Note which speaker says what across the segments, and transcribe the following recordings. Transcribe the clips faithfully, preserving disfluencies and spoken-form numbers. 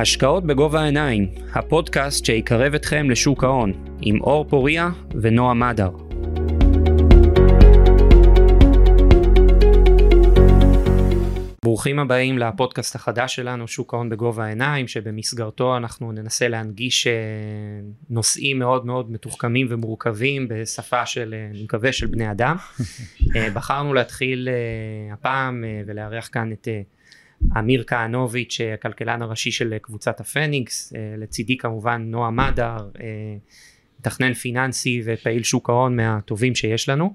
Speaker 1: השקעות בגובה העיניים, הפודקאסט שיקרב אתכם לשוק ההון, עם אור פוריה ונועה מדר. ברוכים הבאים לפודקאסט החדש שלנו, שוק ההון בגובה העיניים, שבמסגרתו אנחנו ננסה להנגיש נושאים מאוד מאוד מתוחכמים ומורכבים בשפה של, אני מקווה, של בני אדם. בחרנו להתחיל הפעם ולארח כאן את אמיר כהנוביץ', הכלכלן הראשי של קבוצת הפניקס, לצידי כמובן נועה מדר, מתכנן פיננסי ופעיל שוק ההון מהטובים שיש לנו.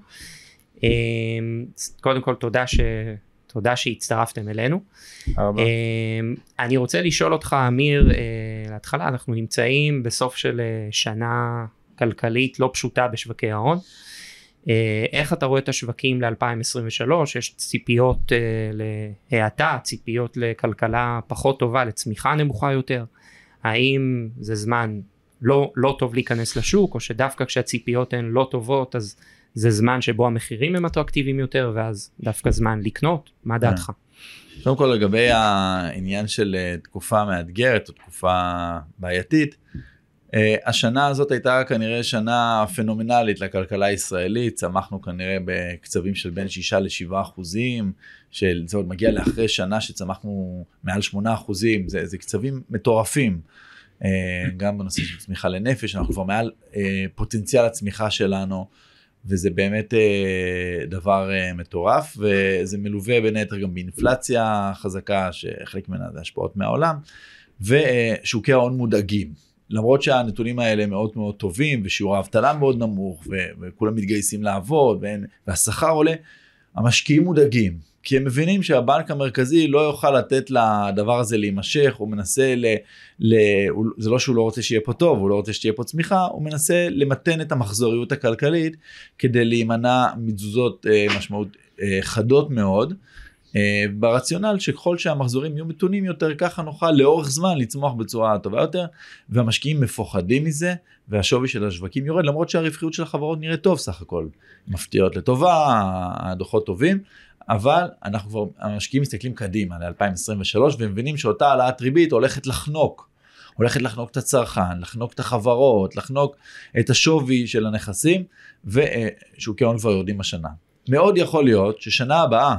Speaker 1: קודם כל תודה ש... תודה שהצטרפתם אלינו. הרבה. אני רוצה לשאול אותך אמיר, להתחלה אנחנו נמצאים בסוף של שנה כלכלית לא פשוטה בשווקי ההון. איך אתה רואה את השווקים ל-אלפיים עשרים ושלוש? יש ציפיות להאטה, ציפיות לכלכלה פחות טובה, לצמיחה נמוכה יותר. האם זה זמן לא, לא טוב להיכנס לשוק, או שדווקא כשהציפיות הן לא טובות, אז זה זמן שבו המחירים הם אטרקטיביים יותר, ואז דווקא זמן לקנות? מה דעתך?
Speaker 2: קודם כל לגבי העניין של תקופה מאתגרת, או תקופה בעייתית, השנה הזאת הייתה כנראה שנה פנומנלית לכלכלה הישראלית, צמחנו כנראה בקצבים של בין שישה לשבעה אחוזים, שזה עוד מגיע לאחרי שנה שצמחנו מעל שמונה אחוזים, זה, זה קצבים מטורפים, גם בנושא של צמיחה לנפש, אנחנו כבר מעל פוטנציאל הצמיחה שלנו, וזה באמת דבר מטורף, וזה מלווה בין היתר גם באינפלציה חזקה, שחלק ממנה זה השפעות מהעולם, ושוקי ההון מודאגים. למרות שהנתונים האלה מאוד מאוד טובים, ושיעור האבטלה מאוד נמוך, וכולם מתגייסים לעבוד, והשכר עולה, המשקיעים מודאגים, כי הם מבינים שהבנק המרכזי לא יוכל לתת לדבר הזה להימשך, הוא מנסה, ל, ל, זה לא שהוא לא רוצה שיהיה פה טוב, הוא לא רוצה שתהיה פה צמיחה, הוא מנסה למתן את המחזוריות הכלכלית, כדי להימנע מתזוזות משמעות חדות מאוד, ברציונל שככל שהמחזורים יהיו מתונים יותר, ככה נוכל לאורך זמן לצמוח בצורה טובה יותר, והמשקיעים מפוחדים מזה, והשווי של השווקים יורד, למרות שהרווחיות של החברות נראית טוב סך הכל, מפתיעות לטובה, הדוחות טובים, אבל אנחנו כבר, המשקיעים מסתכלים קדימה ל-אלפיים עשרים ושלוש, ומבינים שאותה העלאת ריבית הולכת לחנוק, הולכת לחנוק את הצרכן, לחנוק את החברות, לחנוק את השווי של הנכסים, ושוקי ההון כבר יורדים השנה. מאוד יכול להיות ששנה הבאה,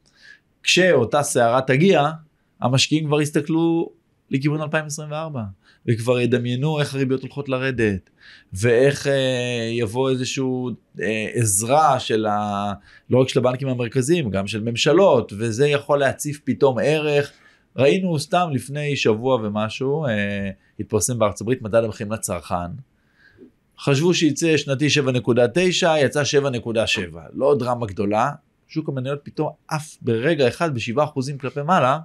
Speaker 2: כשאותה שערה תגיע, המשקיעים כבר יסתכלו לכיוון אלפיים עשרים וארבע, וכבר ידמיינו איך הריביות הולכות לרדת, ואיך אה, יבוא איזשהו אה, עזרה של ה... לא רק של הבנקים המרכזיים, גם של ממשלות, וזה יכול להציף פתאום ערך. ראינו סתם לפני שבוע ומשהו, אה, התפרסם בארצות הברית מדד המחירים לצרכן, חשבו שיצא שנתי שבע נקודה תשע, יצא שבע נקודה שבע, לא דרמה גדולה, שוק המניות פתאום אף ברגע אחד בשבעה אחוזים כלפי מעלה,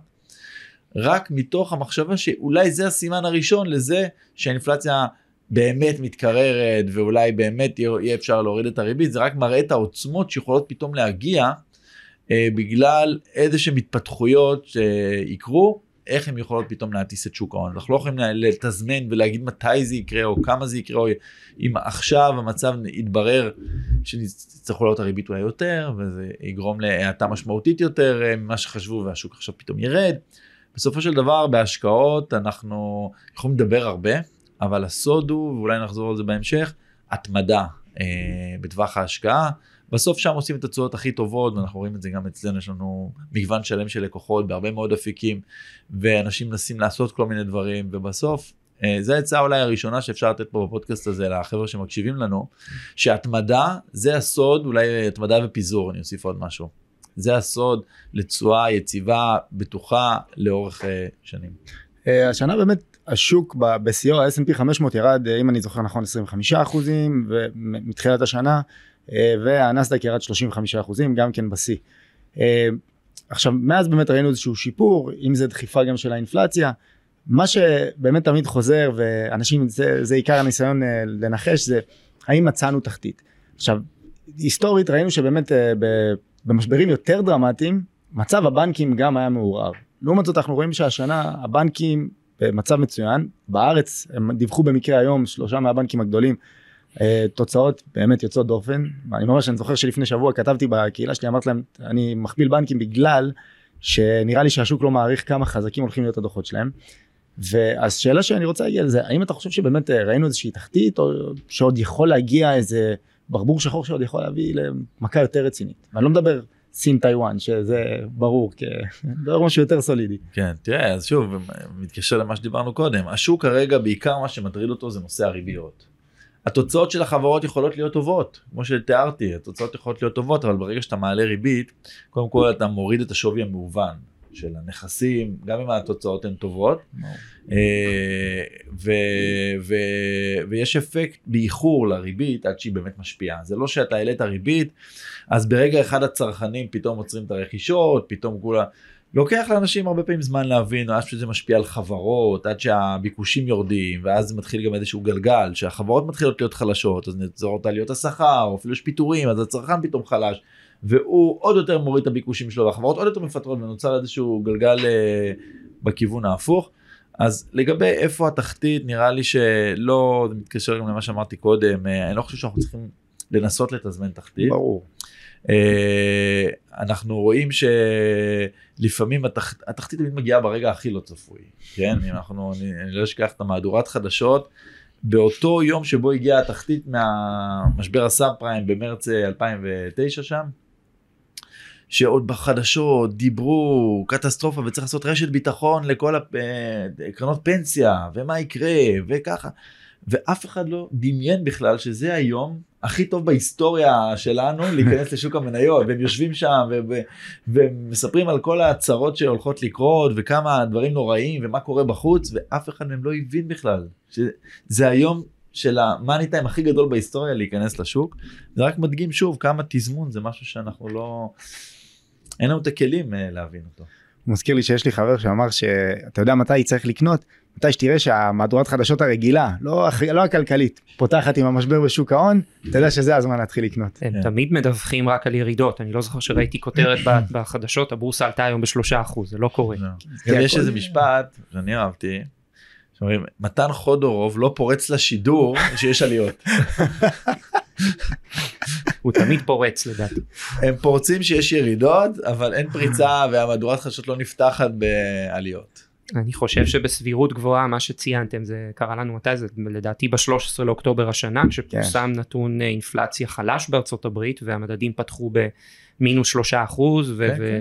Speaker 2: רק מתוך המחשבה שאולי זה הסימן הראשון לזה שהאינפלציה באמת מתקררת, ואולי באמת יהיה אפשר להוריד את הריבית. זה רק מראה את העוצמות שיכולות פתאום להגיע, אה, בגלל איזה שהן התפתחויות שיקרו, איך הן יכולות פתאום להטיס את שוק ההון. אנחנו לא יכולים לתזמן ולהגיד מתי זה יקרה, או כמה זה יקרה, או אם עכשיו המצב יתברר שנצטרכו לעלות הריבית אולי יותר, וזה יגרום להאטה משמעותית יותר ממה שחשבו, והשוק עכשיו פתאום ירד. בסופו של דבר, בהשקעות אנחנו יכולים לדבר הרבה, אבל הסוד הוא, ואולי נחזור על זה בהמשך, התמדה אה, בטווח ההשקעה. בסוף שם עושים את התשואות הכי טובות, ואנחנו רואים את זה גם אצלנו, יש לנו מגוון שלם של לקוחות בהרבה מאוד אפיקים, ואנשים מנסים לעשות כל מיני דברים, ובסוף, אה, זה הצעה אולי הראשונה שאפשר לתת פה בפודקאסט הזה, לחבר'ה שמקשיבים לנו, שהתמדה זה הסוד, אולי התמדה ופיזור, אני אוסיף עוד משהו. זה הסוד לתשואה יציבה, בטוחה, לאורך שנים.
Speaker 3: השנה באמת השוק ב-סי או, ה-אס אנד פי חמש מאות ירד, אם אני זוכר נכון, עשרים וחמישה אחוזים, ומתחילת השנה, והנסדק ירד שלושים וחמישה אחוזים, גם כן ב-C. עכשיו, מאז באמת ראינו איזשהו שיפור, אם זה דחיפה גם של האינפלציה, מה שבאמת תמיד חוזר, ואנשים, זה, זה עיקר הניסיון לנחש, זה האם מצאנו תחתית. עכשיו, היסטורית ראינו שבאמת ב במשברים יותר דרמטיים, מצב הבנקים גם היה מעורער. לעומת זאת, אנחנו רואים שהשנה הבנקים במצב מצוין, בארץ הם דיווחו במקרה היום, שלושה מהבנקים הגדולים, תוצאות באמת יוצאות דופן. אני ממש, אני זוכר שלפני שבוע כתבתי בקהילה שלי, אמרתי להם, אני מכפיל בנקים בגלל שנראה לי שהשוק לא מעריך כמה חזקים הולכים להיות הדוחות שלהם. ואז שאלה שאני רוצה להגיע לזה, האם אתה חושב שבאמת ראינו איזושהי תחתית, או שעוד יכול להגיע איזה ברבור שחור שעוד יכול להביא למכה יותר רצינית? ואני לא מדבר סין טיואן, שזה ברור, לא משהו יותר סולידי.
Speaker 2: כן, תראה, אז שוב, מתקשר למה שדיברנו קודם, השוק כרגע בעיקר מה שמטריד אותו זה נושא הריביות. התוצאות של החברות יכולות להיות טובות, כמו שתיארתי, התוצאות יכולות להיות טובות, אבל ברגע שאתה מעלה ריבית, קודם כל אתה מוריד את השווי המהוון של הנכסים, גם אם התוצאות הן טובות, ויש אפקט באיחור לריבית עד שהיא באמת משפיעה. זה לא שאתה העלית ריבית, אז ברגע אחד הצרכנים פתאום עוצרים את הרכישות, פתאום כולה, לוקח לאנשים הרבה פעמים זמן להבין, עד שזה משפיע על חברות, עד שהביקושים יורדים, ואז זה מתחיל גם איזשהו גלגל, שהחברות מתחילות להיות חלשות, אז נצורות עליות השכר, או אפילו יש פיטורים, אז הצרכן פתאום חלש, והוא עוד יותר מוריד את הביקושים שלו, והחברות עוד יותר מפטרות, ונוצר איזשהו גלגל אה, בכיוון ההפוך. אז לגבי איפה התחתית, נראה לי שלא, זה מתקשר גם למה שאמרתי קודם, אה, אני לא חושב שאנחנו צריכים לנסות לתזמן תחתית.
Speaker 3: ברור.
Speaker 2: אנחנו רואים שלפעמים התח... התחתית תמיד מגיעה ברגע הכי לא צפוי, כן? אנחנו, אני, אני לא אשכח את המהדורת חדשות, באותו יום שבו הגיעה התחתית מהמשבר הסאב פריים במרץ אלפיים ותשע שם, שעוד בחדשות דיברו קטסטרופה וצריך לעשות רשת ביטחון לכל הקרנות פנסיה, ומה יקרה, וככה. ואף אחד לא דמיין בכלל שזה היום הכי טוב בהיסטוריה שלנו להיכנס לשוק המניות, והם יושבים שם ומספרים על כל הצרות שהולכות לקרות וכמה דברים נוראים ומה קורה בחוץ, ואף אחד מהם לא הבין בכלל שזה היום של המאני טיים הכי גדול בהיסטוריה להיכנס לשוק. זה רק מדגים שוב כמה תזמון, זה משהו שאנחנו לא, אין לנו את הכלים להבין אותו.
Speaker 3: הוא מזכיר לי שיש לי חבר שאמר שאתה יודע מתי צריך לקנות, מתי שתראה שהמהדורת חדשות הרגילה, לא, לא הכלכלית, פותחת עם המשבר בשוק ההון, אתה יודע שזה הזמן להתחיל לקנות.
Speaker 1: הם תמיד מדווחים רק על ירידות, אני לא זוכר שראיתי כותרת בחדשות, הבורסה עלתה היום בשלושה אחוז, זה לא קורה.
Speaker 2: יש איזה משפט שאני אהבתי, שאומרים, מתן חודורוב לא פורץ לשידור שיש עליות.
Speaker 1: הוא תמיד פורץ לדעתי.
Speaker 2: הם פורצים שיש ירידות, אבל אין פריצה והמהדורת חדשות לא נפתחת בעליות.
Speaker 1: אני חושב שבסבירות גבוהה מה שציינתם זה קרה לנו מתי זה לדעתי ב-שלושה עשר לאוקטובר השנה כשפורסם נתון אינפלציה חלש בארצות הברית והמדדים פתחו במינוס שלושה אחוז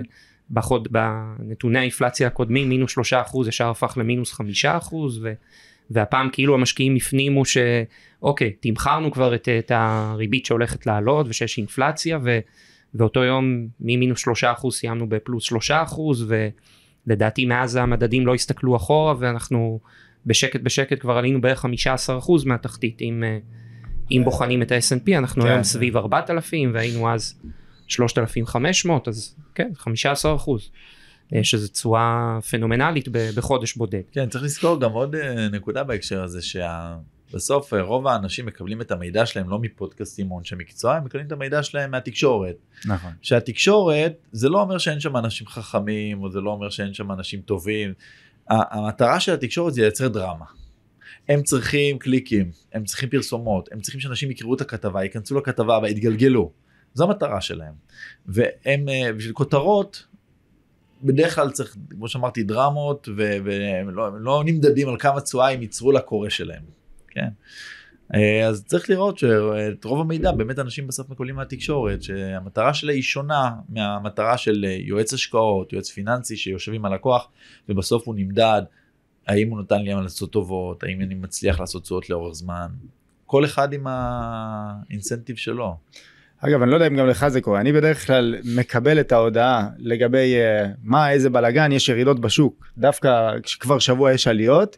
Speaker 1: ובנתוני האינפלציה הקודמים מינוס שלושה אחוז ישר הפך למינוס חמישה אחוז והפעם כאילו המשקיעים הפנימו שאוקיי תמחרנו כבר את, את הריבית שהולכת לעלות ושיש אינפלציה ואותו יום ממינוס שלושה אחוז סיימנו בפלוס שלושה אחוז ו לדעתי מאז המדדים לא הסתכלו אחורה ואנחנו בשקט בשקט כבר עלינו בערך חמישה עשר אחוז מהתחתית אם, אם בוחנים את ה-אס אנד פי אנחנו היום סביב ארבעת אלפים והיינו אז שלושת אלפים וחמש מאות אז כן חמישה עשר אחוז שזה צורה פנומנלית בחודש בודד.
Speaker 2: כן צריך לזכור גם עוד נקודה בהקשר הזה שבסוף רוב האנשים מקבלים את המידע שלהם לא מפודקאסטים או אנשי מקצוע, הם מקבלים את המידע שלהם מהתקשורת.
Speaker 3: נכון.
Speaker 2: שהתקשורת זה לא אומר שאין שם אנשים חכמים או זה לא אומר שאין שם אנשים טובים. המטרה של התקשורת זה לייצר דרמה. הם צריכים קליקים, הם צריכים פרסומות, הם צריכים שאנשים יקראו את הכתבה, ייכנסו לכתבה ויתגלגלו. זו המטרה שלהם. והם בשביל כותרות בדרך כלל צריך, כמו שאמרתי, דרמות, והם לא, לא נמדדים על כמה צועה הם ייצרו לקורא שלהם, כן? אז צריך לראות שאת רוב המידע, באמת אנשים בסוף מקבלים מהתקשורת, שהמטרה שלה היא שונה מהמטרה של יועץ השקעות, יועץ פיננסי שיושב עם הלקוח, ובסוף הוא נמדד, האם הוא נותן לי לעשות טובות, האם אני מצליח לעשות תשואות לאורך זמן, כל אחד עם האינסנטיב שלו.
Speaker 3: אגב, אני לא יודע אם גם לך זה קורה, אני בדרך כלל מקבל את ההודעה לגבי uh, מה, איזה בלגן, יש ירידות בשוק, דווקא כשכבר שבוע יש עליות,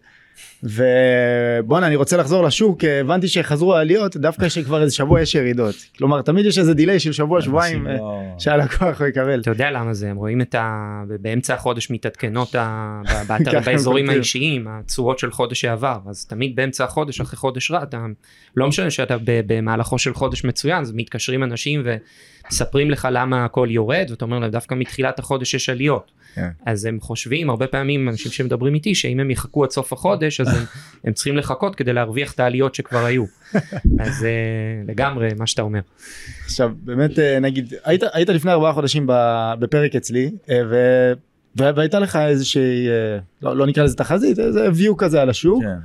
Speaker 3: ובואנה, אני רוצה לחזור לשוק, הבנתי שחזרו העליות, דווקא שכבר איזה שבוע יש ירידות, כלומר, תמיד יש איזה דילי של שבוע, שבועיים, שהלקוח הוא יקבל.
Speaker 1: אתה יודע למה זה, הם רואים את ה... באמצע החודש מתעדכנות באזורים האישיים, הצורות של חודש שעבר, אז תמיד באמצע החודש, אחרי חודש רע, אתה לא משנה שאתה במהלכו של חודש מצוין, אז מתקשרים אנשים ומספרים לך למה הכל יורד, ואתה אומר להם, דווקא מתחילת החודש יש עליות. אז הם חושבים, הרבה פעמים אנשים שמדברים איתי, שאם הם יחכו עד סוף החודש, אז הם, הם צריכים לחכות כדי להרוויח את העליות שכבר היו. אז לגמרי מה שאתה אומר.
Speaker 3: עכשיו, באמת, נגיד, היית, היית לפני ארבעה חודשים בפרק אצלי, והייתה לך איזושהי, לא, לא נקרא לזה תחזית, איזה view כזה על השוק. כן.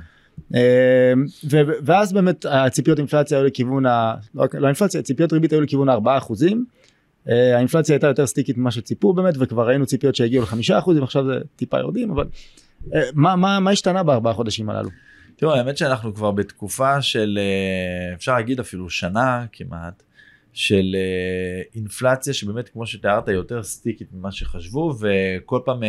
Speaker 3: ואז באמת הציפיות אינפלציה היו לכיוון, לא האינפלציה, ציפיות ריבית היו לכיוון ארבעה אחוזים, האינפלציה הייתה יותר סטיקית ממה שציפו באמת, וכבר ראינו ציפיות שהגיעו לחמישה אחוזים, עכשיו זה טיפה יורדים, אבל מה, מה, מה השתנה בארבעה חודשים הללו?
Speaker 2: תראו, האמת שאנחנו כבר בתקופה של, אפשר להגיד אפילו שנה כמעט, של אינפלציה שבאמת כמו שתיארת יותר סטיקית ממה שחשבו, וכל פעם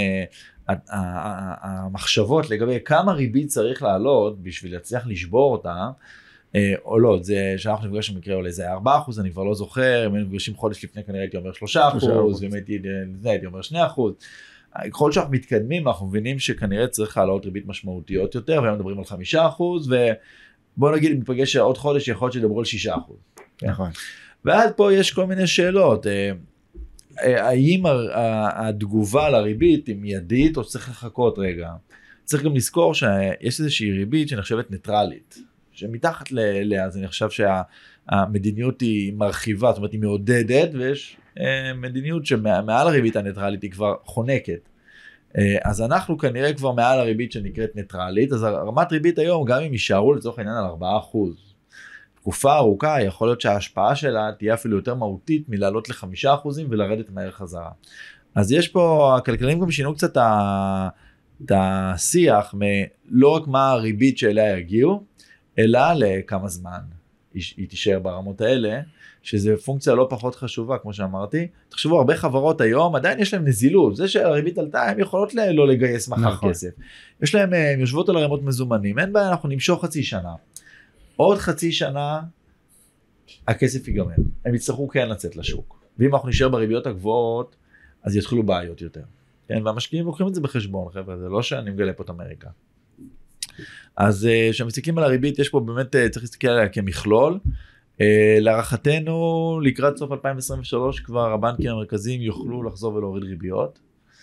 Speaker 2: המחשבות לגבי כמה ריבית צריך לעלות בשביל להצליח לשבור אותה, או לא, זה שאנחנו נפגש במקרה עולה זה ארבעה אחוז, אני כבר לא זוכר, אם היינו נפגשים חודש לפני כנראה הייתי אומר שלושה אחוז, ואם הייתי לפני הייתי אומר שני אחוז, ככל שאנחנו מתקדמים אנחנו מבינים שכנראה צריך לעלות ריבית משמעותיות יותר, והיום מדברים על חמישה אחוז, ובוא נגיד אם נפגש עוד חודש יכול להיות שדברו על שישה אחוז.
Speaker 3: נכון.
Speaker 2: ועד פה יש כל מיני שאלות, האם התגובה לריבית היא מיידית או צריך לחכות רגע? צריך גם לזכור שיש איזושהי ריבית שנחשבת ניטרלית, שמתחת אליה אז אני חושב שהמדיניות היא מרחיבה, זאת אומרת היא מעודדת, ויש מדיניות שמעל הריבית הניטרלית היא כבר חונקת. אז אנחנו כנראה כבר מעל הריבית שנקראת ניטרלית, אז הרמת ריבית היום גם אם יישארו לצורך העניין על ארבעה אחוז, תקופה ארוכה יכול להיות שההשפעה שלה תהיה אפילו יותר מהותית מלעלות לחמישה אחוזים ולרדת מהר חזרה. אז יש פה, הכלכלנים גם שינו קצת את השיח מלא רק מה הריבית שאליה יגיעו, אלא לכמה זמן היא תישאר ברמות האלה, שזה פונקציה לא פחות חשובה, כמו שאמרתי. תחשבו, הרבה חברות היום עדיין יש להם נזילות, זה שהריבית עלתה, הן יכולות לא לגייס מחר נכון. כסף. יש להם, הם יושבות על הרמות מזומנים, אין בעיה, אנחנו נמשוך חצי שנה. עוד חצי שנה, הכסף ייגמר. הם יצטרכו כן לצאת לשוק. ואם אנחנו נשאר בריביות הגבוהות, אז יתחילו בעיות יותר. כן? והמשקיעים לוקחים את זה בחשבון, חבר'ה, זה לא שאני מגלה פה את אמריקה. אז כשמסתכלים על הריבית, יש פה באמת, צריך להסתכל עליה כמכלול. להערכתנו, לקראת סוף אלפיים עשרים ושלוש, כבר הבנקים המרכזיים יוכלו לחזור ולהוריד ריביות.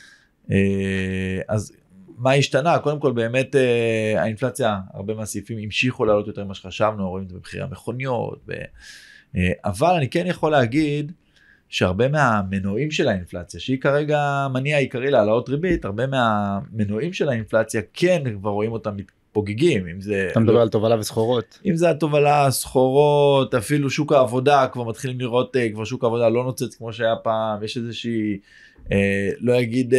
Speaker 2: אז מה השתנה? קודם כל באמת האינפלציה, הרבה מהסעיפים המשיכו לעלות יותר ממה שחשבנו, רואים את זה במחירי המכוניות, ב... אבל אני כן יכול להגיד שהרבה מהמנועים של האינפלציה, שהיא כרגע מניע העיקרי להעלאות ריבית, הרבה מהמנועים של האינפלציה כן כבר רואים אותם מתפוגגים, אם זה...
Speaker 3: אתה מדבר על תובלה וסחורות.
Speaker 2: אם זה התובלה, סחורות, אפילו שוק העבודה, כבר מתחילים לראות, כבר שוק העבודה לא נוצץ כמו שהיה פעם, יש איזושהי, לא אגיד...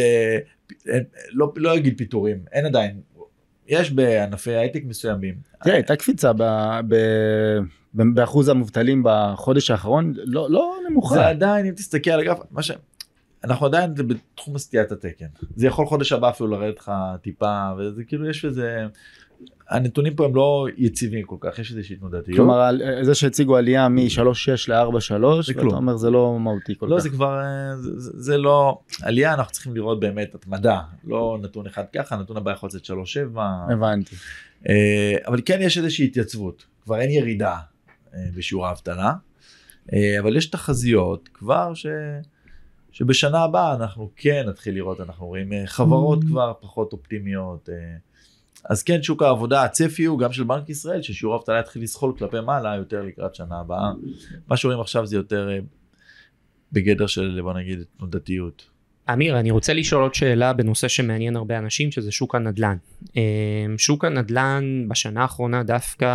Speaker 2: לא, לא אגיד פיתורים, אין עדיין, יש בענפי הייטק מסוימים.
Speaker 3: תראה, הייתה קפיצה ב, ב, ב, באחוז המובטלים בחודש האחרון, לא, לא נמוכה.
Speaker 2: זה עדיין, אם תסתכל על הגרף, מה ש... אנחנו עדיין בתחום סטיית התקן. זה יכול חודש הבא אפילו לרדת לך טיפה, וזה כאילו יש איזה... הנתונים פה הם לא יציבים כל כך, יש איזושהי תנודתיות.
Speaker 3: כלומר, זה שהציגו עלייה מ-שלוש שש ל-ארבע שלוש, ואתה אומר זה לא מהותי כל כך.
Speaker 2: לא, זה כבר, זה לא, עלייה אנחנו צריכים לראות באמת התמדה, לא נתון אחד ככה, נתון הבא יכול לצאת שלוש שבע.
Speaker 3: הבנתי.
Speaker 2: אבל כן יש איזושהי התייצבות, כבר אין ירידה בשיעור האבטלה, אבל יש תחזיות כבר ש... שבשנה הבאה אנחנו כן נתחיל לראות, אנחנו רואים חברות כבר פחות אופטימיות, אז כן, שוק העבודה, הצפי הוא גם של בנק ישראל, ששיעור האבטלה יתחיל לסחול כלפי מעלה יותר לקראת שנה הבאה. מה שרואים עכשיו זה יותר בגדר של, בוא נגיד, תנודתיות.
Speaker 1: אמיר, אני רוצה לשאול עוד שאלה בנושא שמעניין הרבה אנשים, שזה שוק הנדל"ן. שוק הנדל"ן בשנה האחרונה דווקא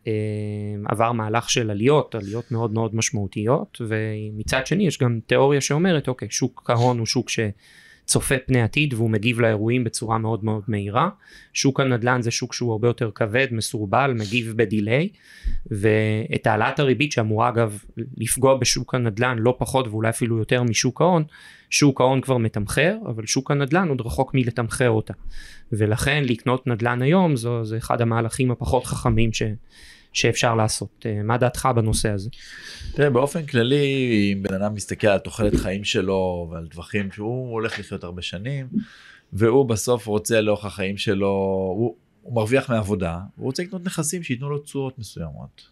Speaker 1: עבר מהלך של עליות, עליות מאוד מאוד משמעותיות, ומצד שני יש גם תיאוריה שאומרת, אוקיי, שוק ההון הוא שוק ש... צופה פני עתיד והוא מגיב לאירועים בצורה מאוד מאוד מהירה. שוק הנדל"ן זה שוק שהוא הרבה יותר כבד, מסורבל, מגיב בדיליי, ואת העלאת הריבית שאמורה אגב לפגוע בשוק הנדל"ן לא פחות ואולי אפילו יותר משוק ההון, שוק ההון כבר מתמחר, אבל שוק הנדל"ן עוד רחוק מלתמחר אותה. ולכן לקנות נדל"ן היום זו, זה אחד המהלכים הפחות חכמים ש... שאפשר לעשות. מה דעתך בנושא הזה?
Speaker 2: תראה, באופן כללי, אם בן אדם מסתכל על תוחלת חיים שלו ועל טווחים שהוא הולך לחיות הרבה שנים, והוא בסוף רוצה לאורך החיים שלו, הוא, הוא מרוויח מעבודה, הוא רוצה לקנות נכסים שייתנו לו תשואות מסוימות.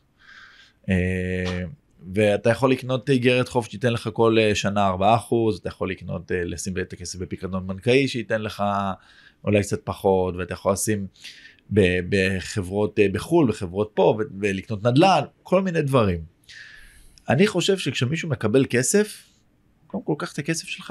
Speaker 2: ואתה יכול לקנות איגרת חוב שתיתן לך כל שנה ארבעה אחוז, אתה יכול לקנות, לשים את הכסף בפיקדון בנקאי שייתן לך אולי קצת פחות, ואתה יכול לשים בחברות בחול, בחברות פה, ולקנות נדל"ן, כל מיני דברים. אני חושב שכשמישהו מקבל כסף, קודם כל קח את הכסף שלך,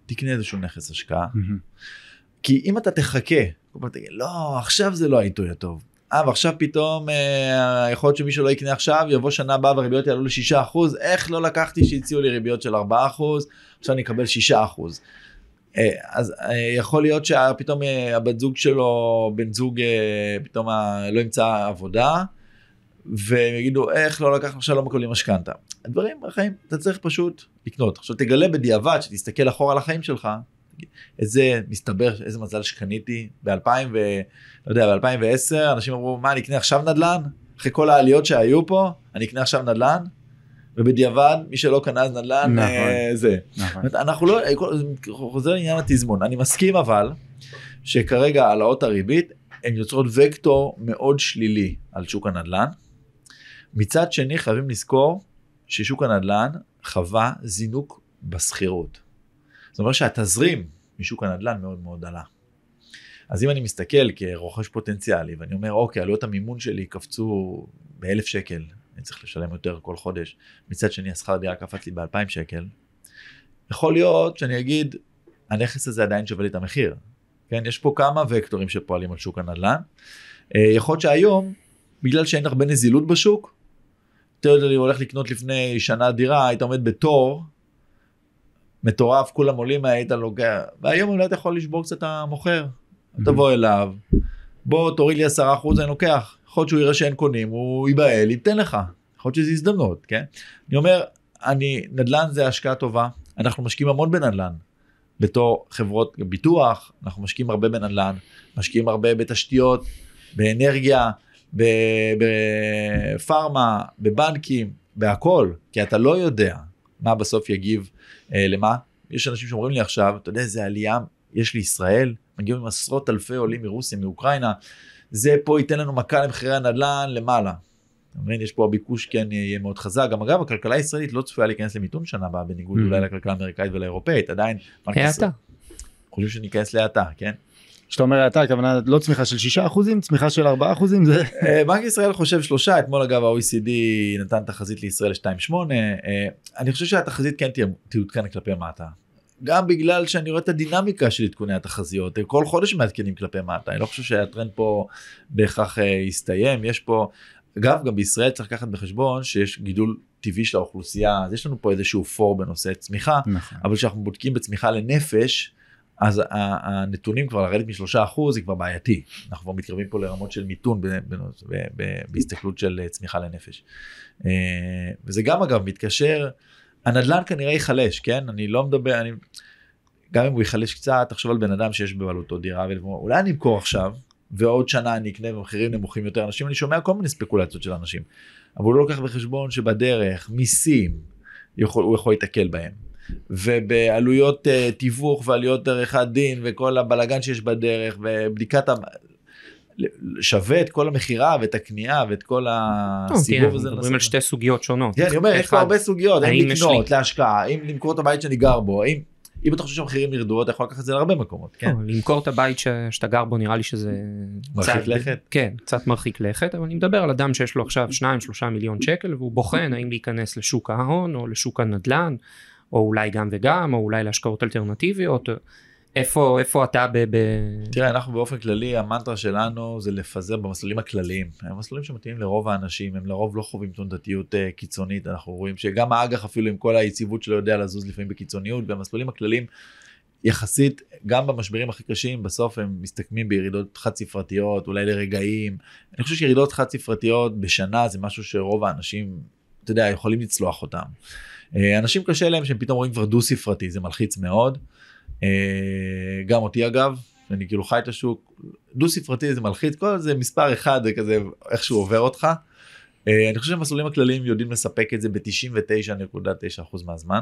Speaker 2: תקנה איזשהו נכס השקעה. כי אם אתה תחכה, תגיד, לא, עכשיו זה לא העיתוי הטוב. אה, ועכשיו פתאום, אה, יכול להיות שמישהו לא יקנה עכשיו, יבוא שנה הבאה והריביות יעלו ל-שישה אחוז, איך לא לקחתי שהציעו לי ריביות של ארבעה אחוז, עכשיו אני אקבל שישה אחוז. אה, אז אה, יכול להיות שפתאום אה, הבת זוג שלו, בן זוג, אה, פתאום אה, לא ימצא עבודה, והם יגידו, איך לא לקחנו עכשיו לא מקבלים משכנתה. הדברים בחיים, אתה צריך פשוט לקנות. עכשיו תגלה בדיעבד, שתסתכל אחורה על החיים שלך, איזה מסתבר, איזה מזל שקניתי ב-אלפיים ו... לא יודע, ב-אלפיים ועשר, אנשים אמרו, מה, אני אקנה עכשיו נדל"ן? אחרי כל העליות שהיו פה, אני אקנה עכשיו נדל"ן? ובדיעבד, מי שלא קנה אז נדל"ן, נכון, אה, זה. נכון. אנחנו לא, חוזר לעניין התזמון. אני מסכים אבל, שכרגע העלאות הריבית, הן יוצרות וקטור מאוד שלילי על שוק הנדל"ן. מצד שני, חייבים לזכור, ששוק הנדל"ן חווה זינוק בסחירות. זאת אומרת שהתזרים משוק הנדל"ן מאוד מאוד עלה. אז אם אני מסתכל כרוכש פוטנציאלי, ואני אומר, אוקיי, עלויות המימון שלי קפצו באלף שקל, אני צריך לשלם יותר כל חודש, מצד שני השכר דירה קפץ לי באלפיים שקל, יכול להיות שאני אגיד, הנכס הזה עדיין שווה לי את המחיר. כן, יש פה כמה וקטורים שפועלים על שוק הנדל"ן. יכול להיות שהיום, בגלל שאין הרבה נזילות בשוק, אתה יודע, אני הולך לקנות לפני שנה דירה, היית עומד בתור, מטורף, כולם עולים, היית לוגע, והיום אולי אתה יכול לשבור קצת המוכר, תבוא אליו, בוא תוריד לי עשרה אחוז, אני לוקח, יכול להיות שהוא יראה שאין קונים, הוא ייבהל, ייתן לך, יכול להיות שזה הזדמנות, כן? אני אומר, אני, נדל"ן זה השקעה טובה, אנחנו משקיעים המון בנדל"ן, בתור חברות ביטוח, אנחנו משקיעים הרבה בנדל"ן, משקיעים הרבה בתשתיות, באנרגיה, בפארמה, בבנקים, בהכל, כי אתה לא יודע מה בסוף יגיב אה, למה. יש אנשים שאומרים לי עכשיו, אתה יודע, זה עלייה, יש לי ישראל, מגיעים עם עשרות אלפי עולים מרוסיה, מאוקראינה, זה פה ייתן לנו מכה למחירי הנדל"ן למעלה. יש פה הביקוש כן יהיה מאוד חזק. גם אגב, הכלכלה הישראלית לא צפויה להיכנס למיתון שנה הבאה, בניגוד אולי לכלכלה האמריקאית ולאירופאית, עדיין.
Speaker 1: האטה.
Speaker 2: חושב שניכנס להאטה, כן?
Speaker 3: כשאתה אומר האטה, הכוונה לא צמיחה של שישה אחוזים, צמיחה של ארבעה אחוזים, זה...
Speaker 2: בנק ישראל חושב שלושה, אתמול אגב ה-או אי סי די נתן תחזית לישראל ל-שתיים נקודה שמונה, אני חושב שהתחזית כן תעודכן כלפי מטה. גם בגלל שאני רואה את הדינמיקה של עדכוני התחזיות, כל חודש מעדכנים כלפי מטה, אני לא חושב שהטרנד פה בהכרח יסתיים, יש פה, אגב, גם בישראל צריך לקחת בחשבון שיש גידול טבעי של האוכלוסייה, אז יש לנו פה איזשהו פור בנושא צמיחה, אבל כשאנחנו בודקים בצמיחה לנפש, אז הנתונים כבר לרדת משלושה אחוז, זה כבר בעייתי, אנחנו כבר מתקרבים פה לרמות של מיתון, בהסתכלות של צמיחה לנפש, וזה גם אגב מתקשר, הנדל"ן כנראה ייחלש, כן? אני לא מדבר, אני, גם אם הוא ייחלש קצת, תחשוב על בן אדם שיש בבעלותו דירה, ואולי אני אמכור עכשיו, ועוד שנה אני אקנה במחירים נמוכים יותר אנשים, אני שומע כל מיני ספקולציות של אנשים, אבל הוא לא לוקח בחשבון שבדרך, מיסים, יכול, הוא יכול להתקל בהם, ובעלויות uh, תיווך ועלויות דרך הדין, וכל הבלגן שיש בדרך, ובדיקת ה... שווה את כל המחירה ואת הקנייה ואת כל הסיבוב הזה.
Speaker 1: מדברים על שתי סוגיות שונות.
Speaker 2: כן, אני אומר, יש פה הרבה סוגיות, האם לקנות, להשקעה, האם למכור את הבית שאני גר בו, האם אם אתה חושב שהמחירים ירדו, אתה יכול לקחת את זה להרבה מקומות.
Speaker 1: למכור את הבית שאתה גר בו, נראה לי שזה...
Speaker 2: מרחיק לכת?
Speaker 1: כן, קצת מרחיק לכת, אבל אני מדבר על אדם שיש לו עכשיו שניים, שלושה מיליון שקל, והוא בוחן האם להיכנס לשוק ההון, או לשוק הנדל"ן, או אולי גם וגם, או אולי להשקעות אלטרנטיביות, איפה, איפה אתה ב... ב...
Speaker 2: תראה, אנחנו באופן כללי, המנטרה שלנו זה לפזר במסלולים הכלליים. המסלולים שמתאימים לרוב האנשים, הם לרוב לא חווים תנודתיות uh, קיצונית. אנחנו רואים שגם האג"ח אפילו עם כל היציבות שלו יודע לזוז לפעמים בקיצוניות, והמסלולים הכלליים יחסית, גם במשברים הכי קשים, בסוף הם מסתכמים בירידות חד ספרתיות, אולי לרגעים. אני חושב שירידות חד ספרתיות בשנה זה משהו שרוב האנשים, אתה יודע, יכולים לצלוח אותם. Uh, אנשים קשה להם שהם פתאום רואים כבר דו ספרתי, זה מלחיץ מאוד. גם אותי אגב, אני כאילו חי את השוק, דו ספרתי זה מלחיץ, כל זה מספר אחד, זה כזה איכשהו עובר אותך. אני חושב שהמסלולים הכלליים יודעים לספק את זה ב-תשעים ותשע נקודה תשע אחוז מהזמן,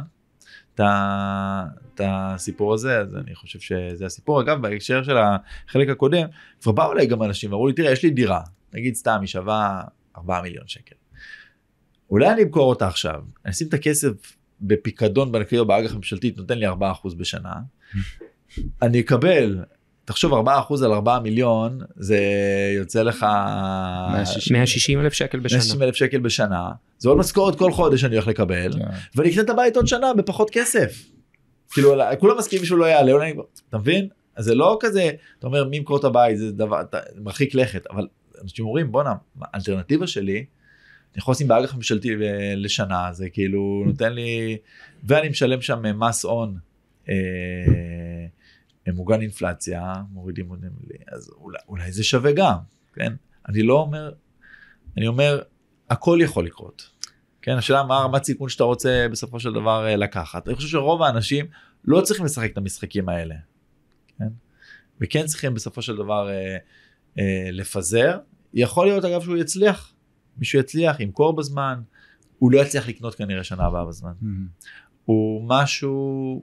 Speaker 2: את הסיפור הזה, אז אני חושב שזה הסיפור. אגב, בהקשר של החלק הקודם, כבר באו אליי גם אנשים, אמרו לי, תראה, יש לי דירה, נגיד סתם, היא שווה ארבעה מיליון שקל. אולי אני אמכור אותה עכשיו, אני אשים את הכסף בפיקדון בנקאי או באג"ח ממשלתית, נותן לי ארבעה אחוז בשנה, אני אקבל, תחשוב ארבעה אחוז על ארבעה מיליון, זה יוצא לך
Speaker 1: מאה ושישים אלף שקל בשנה.
Speaker 2: מאה ושישים אלף שקל בשנה, זה עוד משכורת כל חודש אני הולך לקבל, ואני אקנה את הבית עוד שנה בפחות כסף. כאילו, כולם מסכימים שהוא לא יעלה, אתה מבין? אז זה לא כזה, אתה אומר, מי ימכור את הבית, זה דבר, מרחיק לכת, אבל אנשים אומרים, בוא נע, האלטרנטיבה שלי, אני יכול לשים באג"ח ממשלתי לשנה, זה כאילו נותן לי, ואני משלם שם מס הון, מוגן אינפלציה, מורידים מודים לי, אז אולי, אולי זה שווה גם, כן? אני לא אומר, אני אומר, הכל יכול לקרות. כן, השאלה מה רמת סיכון שאתה רוצה בסופו של דבר לקחת. אני חושב שרוב האנשים לא צריכים לשחק את המשחקים האלה. כן? וכן צריכים בסופו של דבר אה, אה, לפזר. יכול להיות אגב שהוא יצליח. מישהו יצליח, ימכור בזמן. הוא לא יצליח לקנות כנראה שנה הבאה בזמן. Mm-hmm. הוא משהו...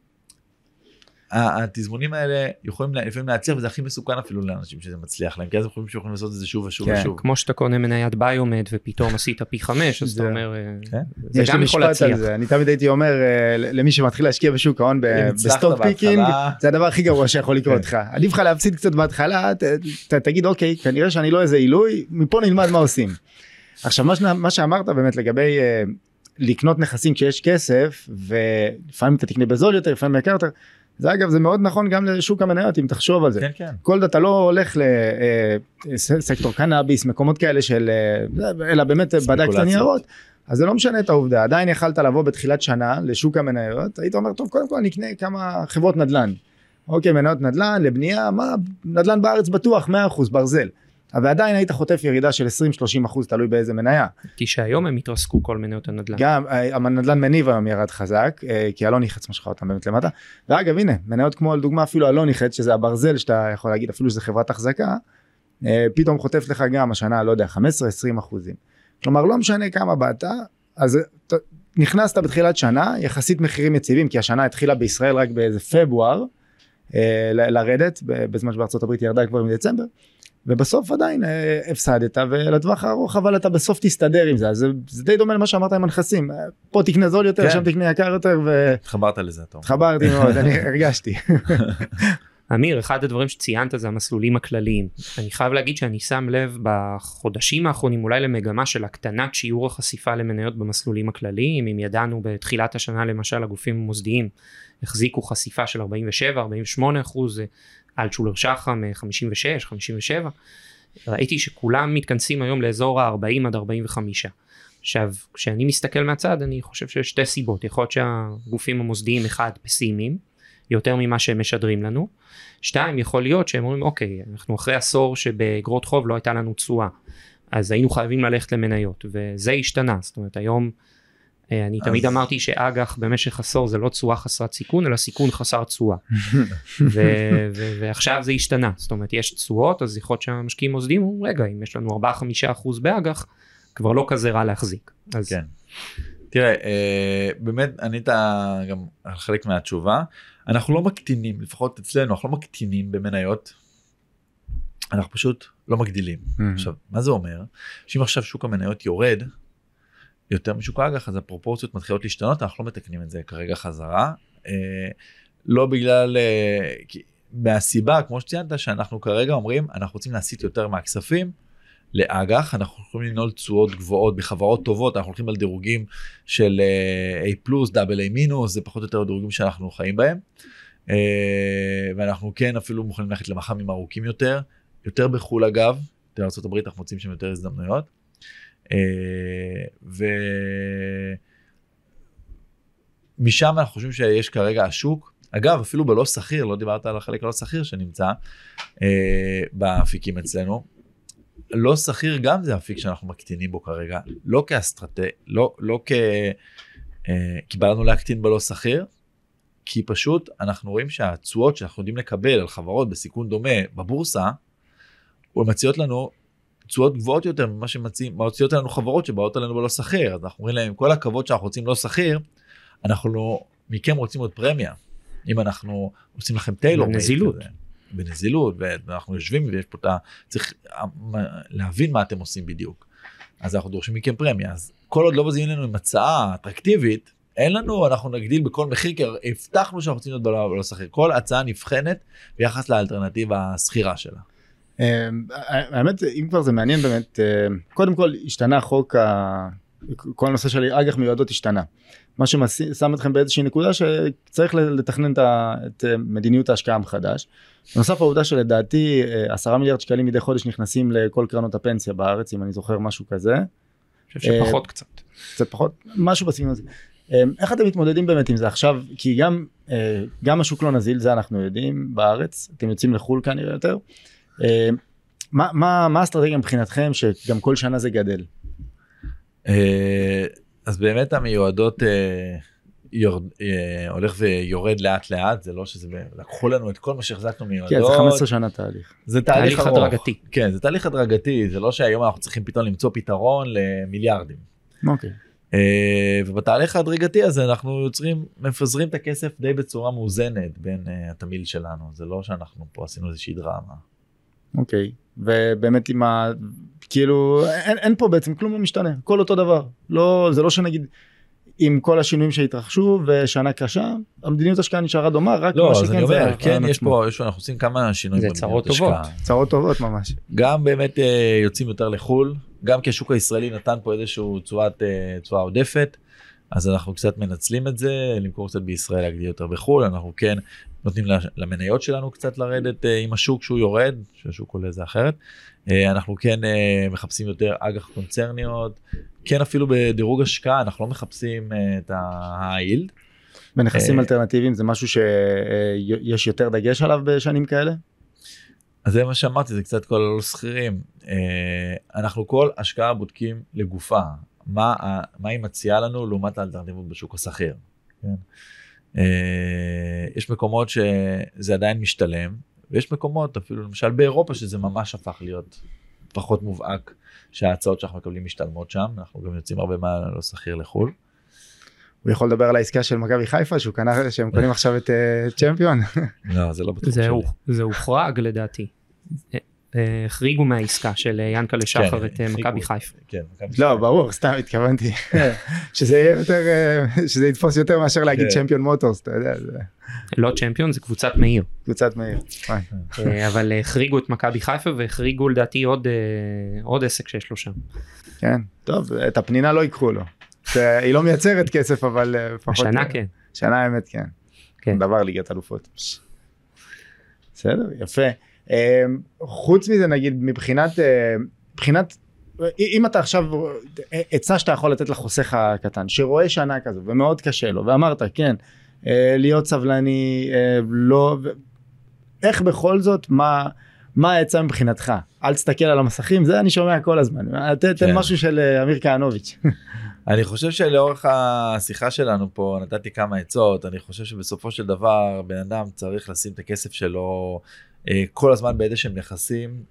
Speaker 2: התזמונים האלה יכולים לפעמים להצליח, וזה הכי מסוכן אפילו לאנשים שזה מצליח להם, כי אז הם חושבים שיכולים לעשות את זה שוב ושוב ושוב.
Speaker 1: כמו שאתה קונה מניית ביומד ופתאום עשית פי חמש, אז אתה אומר,
Speaker 3: זה גם יכול להצליח. אני תמיד הייתי אומר למי שמתחיל להשקיע בשוק ההון בסטוק פיקינג, זה הדבר הכי גרוע שיכול לקרות לך. עדיף לך להפסיד קצת בהתחלה, תגיד אוקיי, כנראה שאני לא איזה עילוי, מפה נלמד מה עושים. עכשיו מה שאמרת באמת לגבי לקנות נכסים כשיש כסף, ולפעמים אתה תקנה בזול יותר, לפעמים יקר יותר, זה אגב, זה מאוד נכון גם לשוק המניות, אם תחשוב על זה.
Speaker 2: כן, כן.
Speaker 3: כל אתה לא הולך לסקטור קנאביס, מקומות כאלה של, אלא באמת בדק את הניירות, אז זה לא משנה את העובדה. עדיין יכלת לבוא בתחילת שנה לשוק המניות, היית אומר, טוב, קודם כל אני אקנה כמה חברות נדל"ן. אוקיי, מניות נדל"ן, לבנייה, מה, נדל"ן בארץ בטוח, מאה אחוז ברזל. אבל עדיין היית חוטף ירידה של עשרים שלושים אחוז, תלוי באיזה מניה.
Speaker 1: כי שהיום הם התרסקו כל מניות הנדל"ן.
Speaker 3: גם, הנדל"ן מניב היום ירד חזק, כי אלון ניחץ משכה אותם באמת למטה. ואגב, הנה, מניות כמו לדוגמה אפילו אלון ניחץ, שזה הברזל שאתה יכול להגיד, אפילו שזה חברת החזקה, פתאום חוטף לך גם השנה, לא יודע, חמש עשרה עשרים אחוזים. כלומר, לא משנה כמה באת, אז נכנסת בתחילת שנה, יחסית מחירים יציבים, כי השנה התחילה בישראל רק באיזה פברואר, לרדת, בזמן שבארצות הברית ירדה כבר מדצמבר. ובסוף עדיין הפסדת, ולטווח הארוך, אבל אתה בסוף תסתדר עם זה, אז זה, זה די דומה למה שאמרת עם הנכסים, פה תקנה זול יותר, כן. שם תקנה יקר יותר, ו...
Speaker 2: התחברת לזה, טוב.
Speaker 3: התחברתי מאוד, אני הרגשתי.
Speaker 1: אמיר, אחד הדברים שציינת זה המסלולים הכלליים, אני חייב להגיד שאני שם לב בחודשים האחרונים, אולי למגמה של הקטנת שיעור החשיפה למניות במסלולים הכלליים, אם ידענו בתחילת השנה למשל, הגופים המוסדיים החזיקו חשיפה של ארבעים ושבע ארבעים ושמונה אחוז, אלטשולר שחם חמישים ושש חמישים ושבע, ראיתי שכולם מתכנסים היום לאזור ה-ארבעים עד ארבעים וחמש. עכשיו, כשאני מסתכל מהצד, אני חושב שיש שתי סיבות, יכול להיות שהגופים המוסדיים אחד פסימיים, יותר ממה שהם משדרים לנו, שתיים, יכול להיות שהם אומרים, אוקיי, אנחנו אחרי עשור שבאגרות חוב לא הייתה לנו תשואה, אז היינו חייבים ללכת למניות, וזה השתנה, זאת אומרת, היום, אני אז... תמיד אמרתי שאג"ח במשך עשור זה לא תשואה חסרת סיכון, אלא סיכון חסר תשואה. ו- ו- ועכשיו זה השתנה, זאת אומרת, יש תשואות, אז יכול להיות שהמשקיעים מוסדיים, הוא רגע, אם יש לנו ארבעה עד חמישה אחוז באג"ח, כבר לא כזה רע להחזיק. אז...
Speaker 2: כן. תראה, באמת ענית גם על חלק מהתשובה, אנחנו לא מקטינים, לפחות אצלנו, אנחנו לא מקטינים במניות, אנחנו פשוט לא מגדילים. עכשיו, מה זה אומר? שאם עכשיו שוק המניות יורד, יותר משוק האג"ח, אז הפרופורציות מתחילות להשתנות, אנחנו לא מתקנים את זה כרגע חזרה, לא בגלל, מהסיבה, כמו שציינת, שאנחנו כרגע אומרים, אנחנו רוצים להסיט יותר מהכספים לאג"ח, אנחנו יכולים לנעול תשואות גבוהות בחברות טובות, אנחנו הולכים על דירוגים של A פלוס, דאבל A מינוס, זה פחות או יותר הדירוגים שאנחנו חיים בהם, ואנחנו כן אפילו מוכנים ללכת למח"מים ארוכים יותר, יותר בחול אגב, בארצות הברית אנחנו מוצאים שם יותר הזדמנויות, ומשם אנחנו חושבים שיש כרגע השוק, אגב אפילו בלא שכיר, לא דיברת על החלק הלא שכיר שנמצא באפיקים אצלנו, לא שכיר גם זה אפיק שאנחנו מקטינים בו כרגע, לא כאסטרטגיה, לא, לא כ... קיבלנו להקטין בלא שכיר, כי פשוט אנחנו רואים שהתשואות שאנחנו יודעים לקבל על חברות בסיכון דומה בבורסה, הוא מציעות לנו תשואות גבוהות יותר ממה שמציעות לנו חברות שבאות עלינו בלא שכיר, אז אנחנו אומרים להם, כל הכבוד שאנחנו רוצים לא שכיר, אנחנו לא, מכם רוצים עוד פרמיה, אם אנחנו עושים לכם טיילור,
Speaker 1: בנזילות.
Speaker 2: בנזילות, ואנחנו יושבים ויש פה את ה... צריך להבין מה אתם עושים בדיוק. אז אנחנו דורשים מכם פרמיה. אז כל עוד לא מזיעים לנו עם הצעה אטרקטיבית, אין לנו, אנחנו נגדיל בכל מחיר, כי הבטחנו שאנחנו רוצים להיות בלא שכיר. כל הצעה נבחנת ביחס לאלטרנטיבה הסחירה שלה.
Speaker 3: האמת, אם כבר זה מעניין באמת, קודם כל השתנה חוק, כל הנושא של אג"ח מיועדות השתנה. מה ששם אתכם באיזושהי נקודה שצריך לתכנן את מדיניות ההשקעה מחדש. בנוסף העובדה שלדעתי עשרה מיליארד שקלים מדי חודש נכנסים לכל קרנות הפנסיה בארץ, אם אני זוכר משהו כזה.
Speaker 1: אני חושב שפחות קצת.
Speaker 3: קצת פחות, משהו בסגנון הזה. איך אתם מתמודדים באמת עם זה עכשיו? כי גם, גם השוק לא נזיל, זה אנחנו יודעים בארץ, אתם יוצאים לחול כנראה יותר. מה, מה, מה האסטרטגיה מבחינתכם שגם כל שנה זה גדל?
Speaker 2: אז באמת המיועדות יורד, הולך ויורד לאט לאט, זה לא שזה, לקחו לנו את כל מה שהחזקנו מיועדות.
Speaker 3: כן, זה חמש עשרה שנה תהליך.
Speaker 2: זה תהליך ארוך. הדרגתי. כן, זה תהליך הדרגתי, זה לא שהיום אנחנו צריכים פתאום למצוא פתרון למיליארדים.
Speaker 3: אוקיי.
Speaker 2: ובתהליך הדרגתי הזה אנחנו יוצרים, מפזרים את הכסף די בצורה מאוזנת בין התמיל שלנו, זה לא שאנחנו פה עשינו איזושהי דרמה.
Speaker 3: אוקיי, ובאמת עם ה... כאילו, אין, אין פה בעצם כלום לא משתנה, כל אותו דבר. לא, זה לא שנגיד, עם כל השינויים שהתרחשו ושנה קשה, המדיניות השקעה נשארה דומה, רק
Speaker 2: לא,
Speaker 3: מה
Speaker 2: שכן
Speaker 3: זה...
Speaker 2: לא, אומר, כן, יש פה, יש פה, אנחנו עושים כמה שינויים
Speaker 1: במדיניות השקעה.
Speaker 3: צרות טובות ממש.
Speaker 2: גם באמת יוצאים יותר לחול, גם כי השוק הישראלי נתן פה איזשהו צורת, צורה עודפת, אז אנחנו קצת מנצלים את זה, למכור קצת בישראל, להגדיל יותר בחול, אנחנו כן נותנים למניות שלנו קצת לרדת עם השוק שהוא יורד, שהשוק עולה זה אחרת, אנחנו כן מחפשים יותר אג"ח קונצרניות, כן אפילו בדירוג השקעה, אנחנו לא מחפשים את ה-yield.
Speaker 3: בנכסים אלטרנטיביים זה משהו שיש יותר דגש עליו בשנים כאלה?
Speaker 2: אז זה מה שאמרתי, זה קצת כל הלא שכירים. אנחנו כל השקעה בודקים לגופה, מה, מה היא מציעה לנו לעומת האלטרנטיבות בשוק השכיר. כן? יש מקומות שזה עדיין משתלם, ויש מקומות, אפילו למשל באירופה, שזה ממש הפך להיות פחות מובהק, שההצעות שאנחנו מקבלים משתלמות שם, אנחנו גם יוצאים הרבה מה לא שכיר לחול.
Speaker 3: הוא יכול לדבר על העסקה של מכבי חיפה, שהוא קנה, שהם קונים עכשיו את צ'מפיון?
Speaker 2: לא, זה לא בטוח שלי.
Speaker 1: זה הוחרג לדעתי. החריגו מהעסקה של ינקלה שחר את מכבי חיפה.
Speaker 3: לא, ברור, סתם התכוונתי. שזה יהיה יותר, שזה יתפוס יותר מאשר להגיד צ'מפיון מוטורס, אתה יודע.
Speaker 1: לא צ'מפיון, זה קבוצת מאיר.
Speaker 3: קבוצת מאיר.
Speaker 1: אבל החריגו את מכבי חיפה, והחריגו לדעתי עוד עסק שיש לו שם.
Speaker 3: כן, טוב, את הפנינה לא ייקחו לו. היא לא מייצרת כסף, אבל לפחות...
Speaker 1: השנה כן.
Speaker 3: שנה האמת כן. דבר ליגת אלופות. בסדר, יפה. חוץ מזה נגיד מבחינת, מבחינת, אם אתה עכשיו, עצה שאתה יכול לתת לחוסך הקטן, שרואה שנה כזו ומאוד קשה לו, ואמרת כן, להיות סבלני, לא, איך בכל זאת, מה, מה העצה מבחינתך? אל תסתכל על המסכים, זה אני שומע כל הזמן, תן משהו של אמיר כהנוביץ'.
Speaker 2: אני חושב שלאורך השיחה שלנו פה נתתי כמה עצות, אני חושב שבסופו של דבר בן אדם צריך לשים את הכסף שלו כל הזמן באיזה שהם נכסים,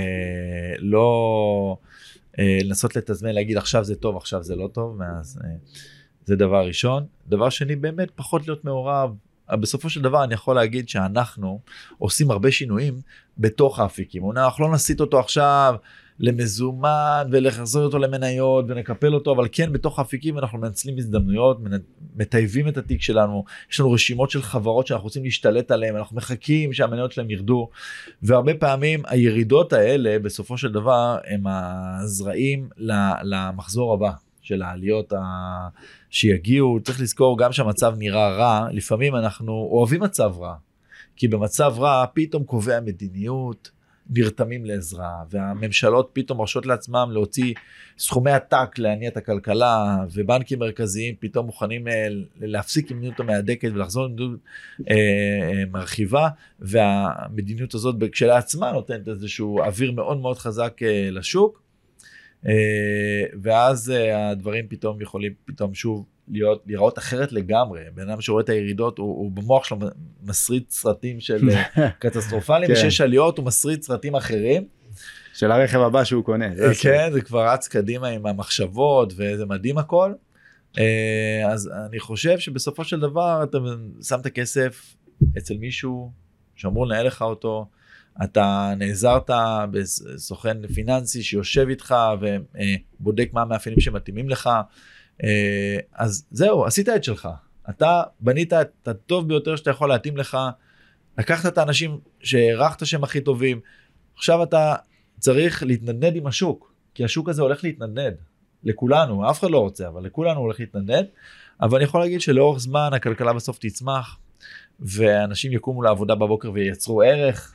Speaker 2: לא לנסות לתזמן, להגיד עכשיו זה טוב, עכשיו זה לא טוב, אז זה דבר ראשון. דבר שני, באמת פחות להיות מעורב. בסופו של דבר אני יכול להגיד שאנחנו עושים הרבה שינויים בתוך האפיקים. אנחנו לא נסיט אותו עכשיו למזומן ולחזור אותו למניות ונקפל אותו, אבל כן בתוך האפיקים אנחנו מנצלים הזדמנויות, מטייבים את התיק שלנו, יש לנו רשימות של חברות שאנחנו רוצים להשתלט עליהן, אנחנו מחכים שהמניות שלהם ירדו, והרבה פעמים הירידות האלה בסופו של דבר הם הזרעים למחזור הבא של העליות שיגיעו. צריך לזכור גם שהמצב נראה רע, לפעמים אנחנו אוהבים מצב רע, כי במצב רע פתאום קובע מדיניות, נרתמים לעזרה, והממשלות פתאום מרשות לעצמם להוציא סכומי עתק להניע את הכלכלה, ובנקים מרכזיים פתאום מוכנים להפסיק עם מדיניות המהדקת ולחזור למדיניות אה, מרחיבה, והמדיניות הזאת כשלעצמה נותנת איזשהו אוויר מאוד מאוד חזק אה, לשוק, אה, ואז אה, הדברים פתאום יכולים פתאום שוב להיות, לראות אחרת לגמרי. בן אדם שרואה את הירידות, הוא, הוא במוח שלו מסריט סרטים של קטסטרופליים, ושיש עליות הוא מסריט סרטים אחרים.
Speaker 3: של הרכב הבא שהוא קונה.
Speaker 2: כן, זה כבר רץ קדימה עם המחשבות, וזה מדהים הכל. אז אני חושב שבסופו של דבר, אתה שם את הכסף אצל מישהו, שאמור לנהל לך אותו, אתה נעזרת בסוכן פיננסי שיושב איתך, ובודק מה המאפיינים שמתאימים לך, אז זהו, עשית את שלך, אתה בנית את הטוב ביותר שאתה יכול להתאים לך, לקחת את האנשים שהערכת שהם הכי טובים, עכשיו אתה צריך להתנדנד עם השוק, כי השוק הזה הולך להתנדנד, לכולנו, אף אחד לא רוצה, אבל לכולנו הולך להתנדנד, אבל אני יכול להגיד שלאורך זמן הכלכלה בסוף תצמח, ואנשים יקומו לעבודה בבוקר וייצרו ערך,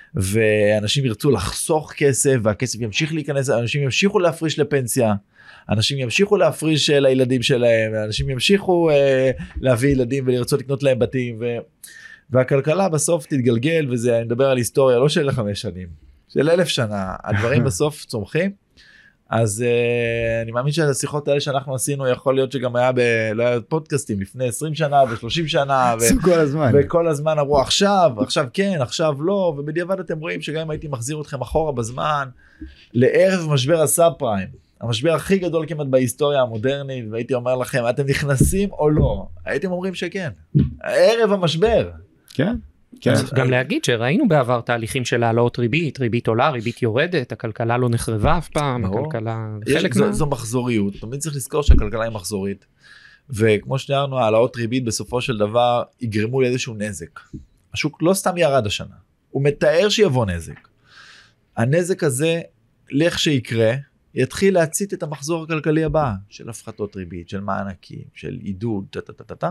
Speaker 2: ואנשים ירצו לחסוך כסף, והכסף ימשיך להיכנס, אנשים ימשיכו להפריש לפנסיה, אנשים ימשיכו להפריש לילדים שלהם, אנשים ימשיכו אה, להביא ילדים ולרצות לקנות להם בתים, ו... והכלכלה בסוף תתגלגל, וזה, אני מדבר על היסטוריה, לא של חמש שנים, של אלף שנה, הדברים בסוף צומחים, אז uh, אני מאמין שהשיחות האלה שאנחנו עשינו, יכול להיות שגם היה ב... לא היה פודקאסטים לפני עשרים שנה ו-שלושים שנה, ו...
Speaker 3: כל הזמן.
Speaker 2: וכל הזמן אמרו עכשיו, עכשיו כן, עכשיו לא, ובדיעבד אתם רואים שגם אם הייתי מחזיר אתכם אחורה בזמן, לערב משבר הסאב פריים, המשבר הכי גדול כמעט בהיסטוריה המודרנית, והייתי אומר לכם, אתם נכנסים או לא? הייתם אומרים שכן. ערב המשבר.
Speaker 3: כן. כן.
Speaker 1: גם להגיד שראינו בעבר תהליכים של העלאות ריבית, ריבית עולה, ריבית יורדת, הכלכלה לא נחרבה אף פעם, הכלכלה חלק מה...
Speaker 2: זו מחזוריות, תמיד צריך לזכור שהכלכלה היא מחזורית, וכמו שתיארנו, העלאות ריבית בסופו של דבר יגרמו לאיזשהו נזק. השוק לא סתם ירד השנה, הוא מתאר שיבוא נזק. הנזק הזה, לך שיקרה, יתחיל להצית את המחזור הכלכלי הבא, של הפחתות ריבית, של מענקים, של עידוד, טה-טה-טה-טה.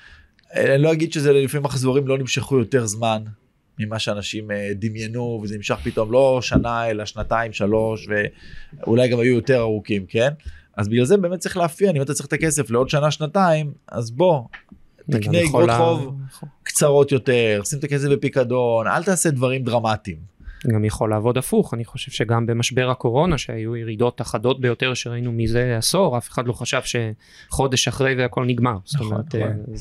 Speaker 2: אני לא אגיד שזה לפעמים מחזורים לא נמשכו יותר זמן ממה שאנשים דמיינו, וזה נמשך פתאום לא שנה אלא שנתיים, שלוש, ואולי גם היו יותר ארוכים, כן? אז בגלל זה באמת צריך להפיין, אם אתה צריך את הכסף לעוד שנה, שנתיים, אז בוא, תקנה אגרות חוב קצרות יותר, שים את הכסף בפיקדון, אל תעשה דברים דרמטיים.
Speaker 1: גם יכול לעבוד הפוך, אני חושב שגם במשבר הקורונה, שהיו ירידות אחדות ביותר שראינו מזה עשור, אף אחד לא חשב שחודש אחרי והכל נגמר. זאת אומרת,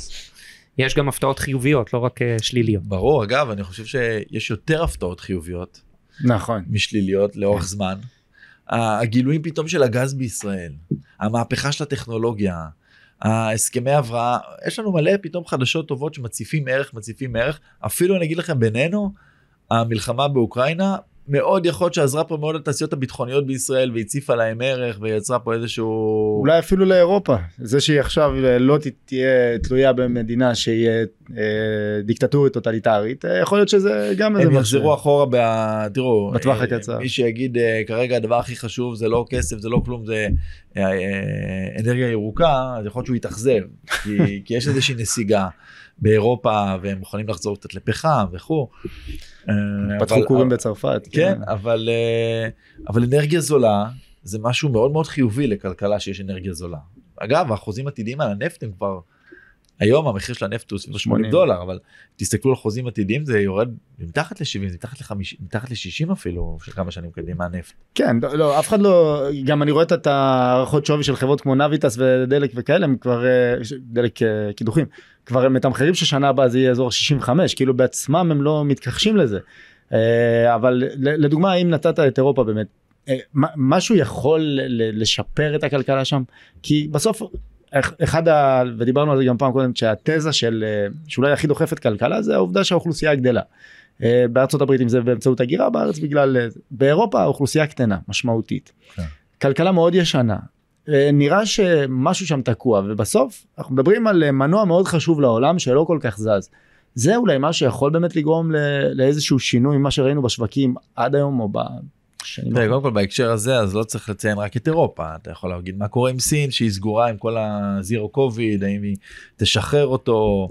Speaker 1: יש גם הפתעות חיוביות, לא רק שליליות.
Speaker 2: ברור, אגב, אני חושב שיש יותר הפתעות חיוביות.
Speaker 3: נכון.
Speaker 2: משליליות לאורך זמן. הגילויים פתאום של הגז בישראל, המהפכה של הטכנולוגיה, ההסכמי הבראה, יש לנו מלא פתאום חדשות טובות שמציפים ערך, מציפים ערך. אפילו אני אגיד לכם בינינו, המלחמה באוקראינה, מאוד יכול להיות שעזרה פה מאוד לתעשיות הביטחוניות בישראל, והציפה להם ערך, ויצרה פה איזשהו...
Speaker 3: אולי אפילו לאירופה. זה שהיא עכשיו לא תהיה תלויה במדינה שהיא דיקטטורית טוטליטרית, יכול להיות שזה גם איזה
Speaker 2: משהו. הם יחזרו אחורה, תראו,
Speaker 3: בטווח הקצר.
Speaker 2: מי שיגיד כרגע הדבר הכי חשוב זה לא כסף, זה לא כלום, זה אנרגיה ירוקה, אז יכול להיות שהוא יתאכזב, כי יש איזושהי נסיגה באירופה, והם מוכנים לחזור קצת לפחם וכו'.
Speaker 3: פתחו קורים בצרפת.
Speaker 2: כן, אבל, אבל אנרגיה זולה זה משהו מאוד מאוד חיובי לכלכלה שיש אנרגיה זולה. אגב, האחוזים עתידיים על הנפט הם כבר, היום המחיר של הנפט הוא סביב שמונים דולר, אבל תסתכלו על חוזים עתידיים, זה יורד מתחת ל-שבעים, זה מתחת ל-חמישים, מתחת ל-שישים אפילו, של כמה שנים קדימה הנפט.
Speaker 3: כן, לא, אף אחד לא, גם אני רואה את הערכות שווי של חברות כמו נביטס ודלק וכאלה, הם כבר, דלק קידוחים, כבר הם מתמחרים ששנה הבאה זה יהיה אזור שישים וחמש, כאילו בעצמם הם לא מתכחשים לזה. אבל לדוגמה, אם נתת את אירופה באמת, משהו יכול לשפר את הכלכלה שם, כי בסוף, אחד ה... ודיברנו על זה גם פעם קודם, שהתזה של, שאולי הכי דוחפת כלכלה, זה העובדה שהאוכלוסייה גדלה. בארצות הברית, אם זה באמצעות הגירה, בארץ בגלל, באירופה האוכלוסייה קטנה, משמעותית. כלכלה מאוד ישנה. נראה שמשהו שם תקוע, ובסוף אנחנו מדברים על מנוע מאוד חשוב לעולם, שלא כל כך זז. זה אולי מה שיכול באמת לגרום לאיזשהו שינוי, מה שראינו בשווקים עד היום או ב...
Speaker 2: קודם כל בהקשר הזה, אז לא צריך לציין רק את אירופה, אתה יכול להגיד מה קורה עם סין, שהיא סגורה עם כל הזירו קוביד, האם היא תשחרר אותו,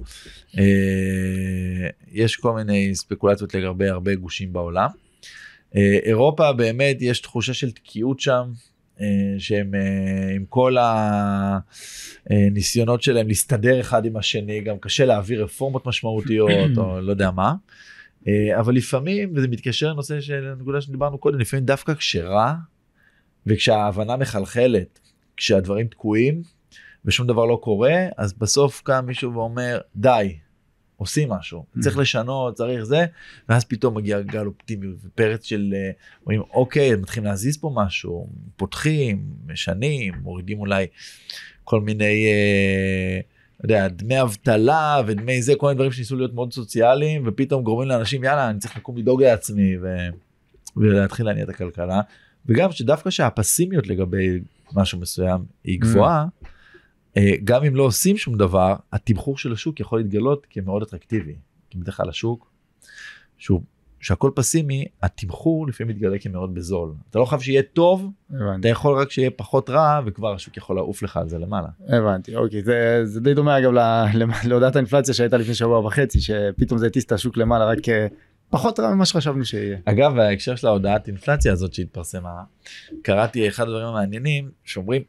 Speaker 2: יש כל מיני ספקולציות לגבי הרבה גושים בעולם. אירופה באמת יש תחושה של תקיעות שם, שהם עם כל הניסיונות שלהם להסתדר אחד עם השני, גם קשה להעביר רפורמות משמעותיות או לא יודע מה. אבל לפעמים, וזה מתקשר לנושא של הנקודה שדיברנו קודם, לפעמים דווקא כשרע, וכשההבנה מחלחלת, כשהדברים תקועים, ושום דבר לא קורה, אז בסוף קם מישהו ואומר, די, עושים משהו, צריך לשנות, צריך זה, ואז פתאום מגיע גל אופטימיות, ופרץ של, אומרים, אוקיי, מתחילים להזיז פה משהו, פותחים, משנים, מורידים אולי כל מיני... לא יודע, דמי אבטלה ודמי זה, כל מיני דברים שניסו להיות מאוד סוציאליים, ופתאום גורמים לאנשים, יאללה, אני צריך לקום לדאוג לעצמי, ו... ולהתחיל להניע את הכלכלה, וגם שדווקא שהפסימיות לגבי משהו מסוים היא גבוהה, גם אם לא עושים שום דבר, התמחור של השוק יכול להתגלות כמאוד אטרקטיבי, כי בדרך כלל השוק, שהוא שהכל פסימי, התמחור לפעמים מתגלה כמאוד בזול. אתה לא חייב שיהיה טוב, אתה יכול רק שיהיה פחות רע, וכבר השוק יכול לעוף לך על זה למעלה.
Speaker 3: הבנתי, אוקיי, זה, זה די דומה אגב להודעת האינפלציה שהייתה לפני שבוע וחצי, שפתאום זה הטיס את השוק למעלה, רק פחות רע ממה שחשבנו שיהיה.
Speaker 2: אגב, בהקשר של ההודעת אינפלציה הזאת שהתפרסמה, קראתי אחד הדברים המעניינים, שאומרים,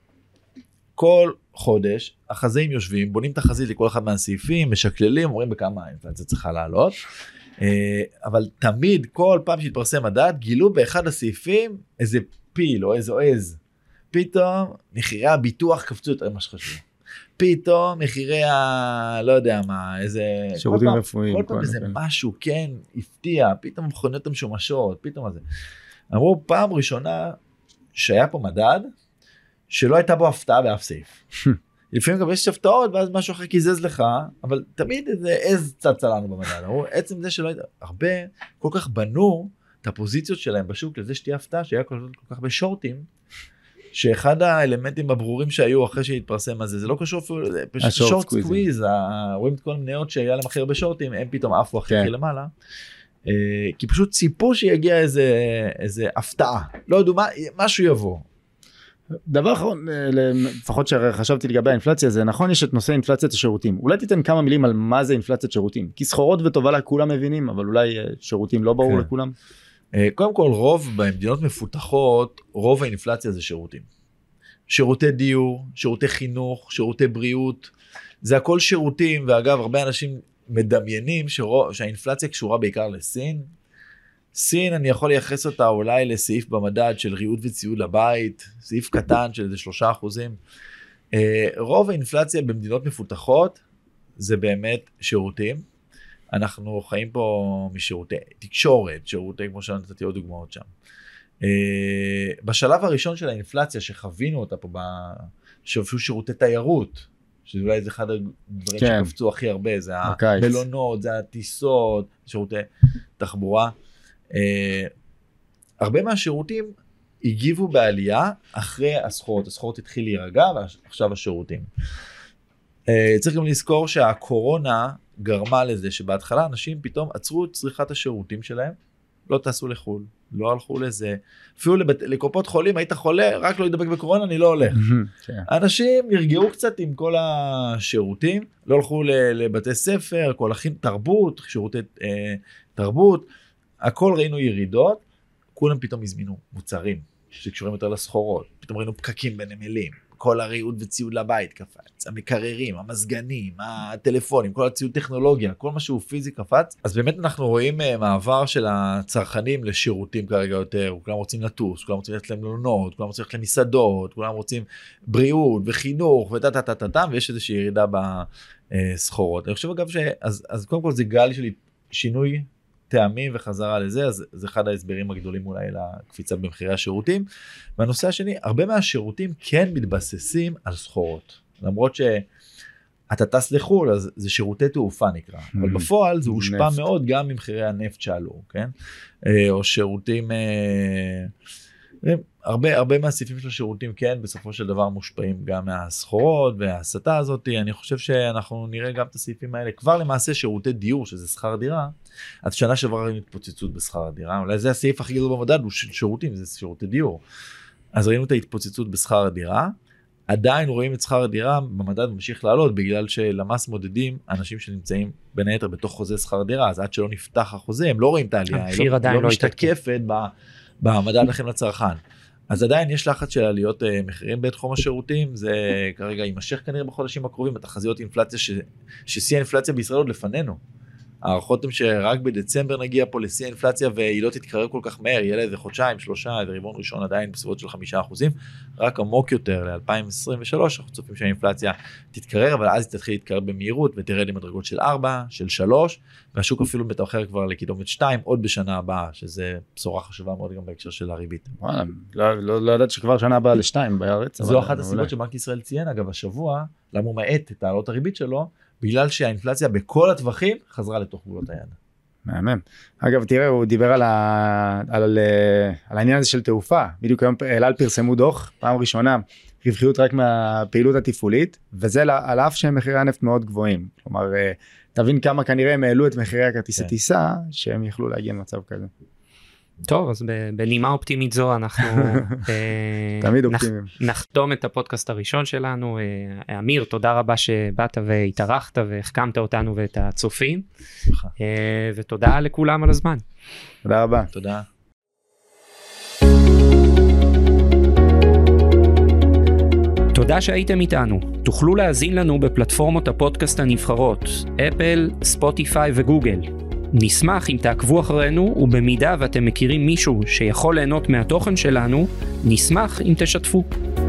Speaker 2: כל חודש החזאים יושבים, בונים תחזית לכל אחד מהסעיפים, משקללים, אומרים בכמה האינפלציה צריכה לעלות, אבל תמיד כל פעם שהתפרסם מדד גילו באחד הסעיפים איזה פיל או איזו עז, פתאום מחירי הביטוח קפצו יותר ממה שחשבו, פתאום מחירי ה... לא יודע מה, איזה...
Speaker 3: שירותים רפואיים.
Speaker 2: כל פעם איזה משהו, כן, הפתיע, פתאום מכוניות המשומשות, פתאום הזה. אמרו פעם ראשונה שהיה פה מדד שלא הייתה בו הפתעה באף סעיף. לפעמים גם יש הפתעות ואז משהו אחר קיזז לך, אבל תמיד איזה עז צצה לנו במדד. עצם זה שלא הייתה, הרבה כל כך בנו את הפוזיציות שלהם בשוק לזה שתהיה הפתעה, שהיה כל, כל כך בשורטים, שאחד האלמנטים הברורים שהיו אחרי שהתפרסם הזה, זה לא קשור אפילו, זה פשוט שורט סקוויז, רואים את כל המניות שהיה להם הכי הרבה שורטים, הם פתאום עפו הכי הכי למעלה, כי פשוט ציפו שיגיע איזה, איזה הפתעה, לא ידעו מה, משהו יבוא.
Speaker 3: דבר אחרון, לפחות שחשבתי לגבי האינפלציה, זה נכון, יש את נושא אינפלציית השירותים. אולי תיתן כמה מילים על מה זה אינפלציית שירותים. כי סחורות ותובלה כולם מבינים, אבל אולי שירותים לא ברור לכולם.
Speaker 2: קודם כל, רוב במדינות מפותחות, רוב האינפלציה זה שירותים. שירותי דיור, שירותי חינוך, שירותי בריאות, זה הכל שירותים, ואגב, הרבה אנשים מדמיינים שהאינפלציה קשורה בעיקר לסין, סין אני יכול לייחס אותה אולי לסעיף במדד של ריהוט וציוד לבית, סעיף קטן של איזה שלושה אחוזים. רוב האינפלציה במדינות מפותחות זה באמת שירותים. אנחנו חיים פה משירותי תקשורת, שירותי כמו שנתתי עוד דוגמאות שם. בשלב הראשון של האינפלציה שחווינו אותה פה, שפשו שירותי תיירות, שזה אולי זה אחד הדברים כן. שקפצו הכי הרבה, זה המלונות, זה הטיסות, שירותי תחבורה. Uh, הרבה מהשירותים הגיבו בעלייה אחרי הסחורות, הסחורות התחיל להירגע ועכשיו השירותים. Uh, צריך גם לזכור שהקורונה גרמה לזה שבהתחלה אנשים פתאום עצרו את צריכת השירותים שלהם, לא טסו לחול, לא הלכו לזה, אפילו לבת... לקופות חולים, היית חולה, רק לא ידבק בקורונה, אני לא הולך. אנשים נרגעו קצת עם כל השירותים, לא הלכו לבתי ספר, כל הכין תרבות, שירותי uh, תרבות, הכל ראינו ירידות, כולם פתאום הזמינו מוצרים שקשורים יותר לסחורות, פתאום ראינו פקקים בנמלים, כל הריהוט וציוד לבית קפץ, המקררים, המזגנים, הטלפונים, כל הציוד טכנולוגיה, כל מה שהוא פיזי קפץ, אז באמת אנחנו רואים מעבר של הצרכנים לשירותים כרגע יותר, כולם רוצים לטוס, כולם רוצים ללכת למלונות, כולם רוצים ללכת למסעדות, כולם רוצים בריאות וחינוך וטטטטטטם, ויש איזושהי ירידה בסחורות. אני חושב אגב ש... אז, אז קודם כל זה גל של שינוי טעמים וחזרה לזה, אז זה אחד ההסברים הגדולים אולי לקפיצה במחירי השירותים. והנושא השני, הרבה מהשירותים כן מתבססים על סחורות. למרות שאתה טס לחול, אז זה שירותי תעופה נקרא. אבל בפועל זה הושפע מאוד גם ממחירי הנפט שעלו, כן? או שירותים... הרבה, הרבה מהסעיפים של השירותים כן בסופו של דבר מושפעים גם מהסחורות וההסתה הזאת. אני חושב שאנחנו נראה גם את הסעיפים האלה כבר למעשה שירותי דיור שזה שכר דירה, אז שנה שעברה ראינו התפוצצות בשכר הדירה, אולי זה הסעיף הכי גדול במדד הוא שירותים, זה שירותי דיור, אז ראינו את ההתפוצצות בשכר הדירה, עדיין רואים את שכר הדירה במדד ממשיך לעלות בגלל שלמס מודדים אנשים שנמצאים בין היתר בתוך חוזה שכר דירה, אז עד שלא נפתח החוזה הם לא רואים את העלייה, היא לא, לא משתקפת במדד לכם לצרכן. אז עדיין יש לחץ של עליות מחירים בתחום השירותים, זה כרגע יימשך כנראה בחודשים הקרובים, התחזיות אינפלציה, ש... ששיא האינפלציה בישראל עוד לפנינו. הערכות הם שרק בדצמבר נגיע פה לשיא האינפלציה, והיא לא תתקרב כל כך מהר, יהיה לה איזה חודשיים, שלושה, איזה רבעון ראשון עדיין בסביבות של חמישה אחוזים, רק עמוק יותר ל-אלפיים עשרים ושלוש, אנחנו צופים שהאינפלציה תתקרר, אבל אז היא תתחיל להתקרב במהירות, ותרד למדרגות של ארבע, של שלוש, והשוק אפילו מתאחר כבר לקידומת שתיים, עוד בשנה הבאה, שזה בשורה חשובה מאוד גם בהקשר של הריבית.
Speaker 3: וואלה, לא, לא, לא ידעת שכבר שנה הבאה לשתיים בארץ.
Speaker 2: זו אחת הסיבות שבנק ישראל ציין, אגב, השבוע, למה הוא מאט את העלות הריבית שלו, בגלל שהאינפלציה בכל הטווחים חזרה לתוך גבולות היעד.
Speaker 3: מהמם. אגב, תראה, הוא דיבר על, ה... על... על העניין הזה של תעופה. בדיוק היום אל על פרסמו דוח, פעם ראשונה, רווחיות רק מהפעילות התפעולית, וזה על אף שהם מחירי הנפט מאוד גבוהים. כלומר, תבין כמה כנראה הם העלו את מחירי הכרטיסי טיסה, שהם יכלו להגיע למצב כזה.
Speaker 1: טוב, אז בנימה אופטימית זו אנחנו
Speaker 3: תמיד אופטימיים.
Speaker 1: נחתום את הפודקאסט הראשון שלנו. אמיר, תודה רבה שבאת והתארחת והחכמת אותנו ואת הצופים, ותודה לכולם על הזמן.
Speaker 3: תודה רבה.
Speaker 2: תודה.
Speaker 1: תודה שהייתם איתנו. תוכלו להאזין לנו בפלטפורמות הפודקאסט הנבחרות, אפל, ספוטיפיי וגוגל. נשמח אם תעקבו אחרינו, ובמידה ואתם מכירים מישהו שיכול ליהנות מהתוכן שלנו, נשמח אם תשתפו.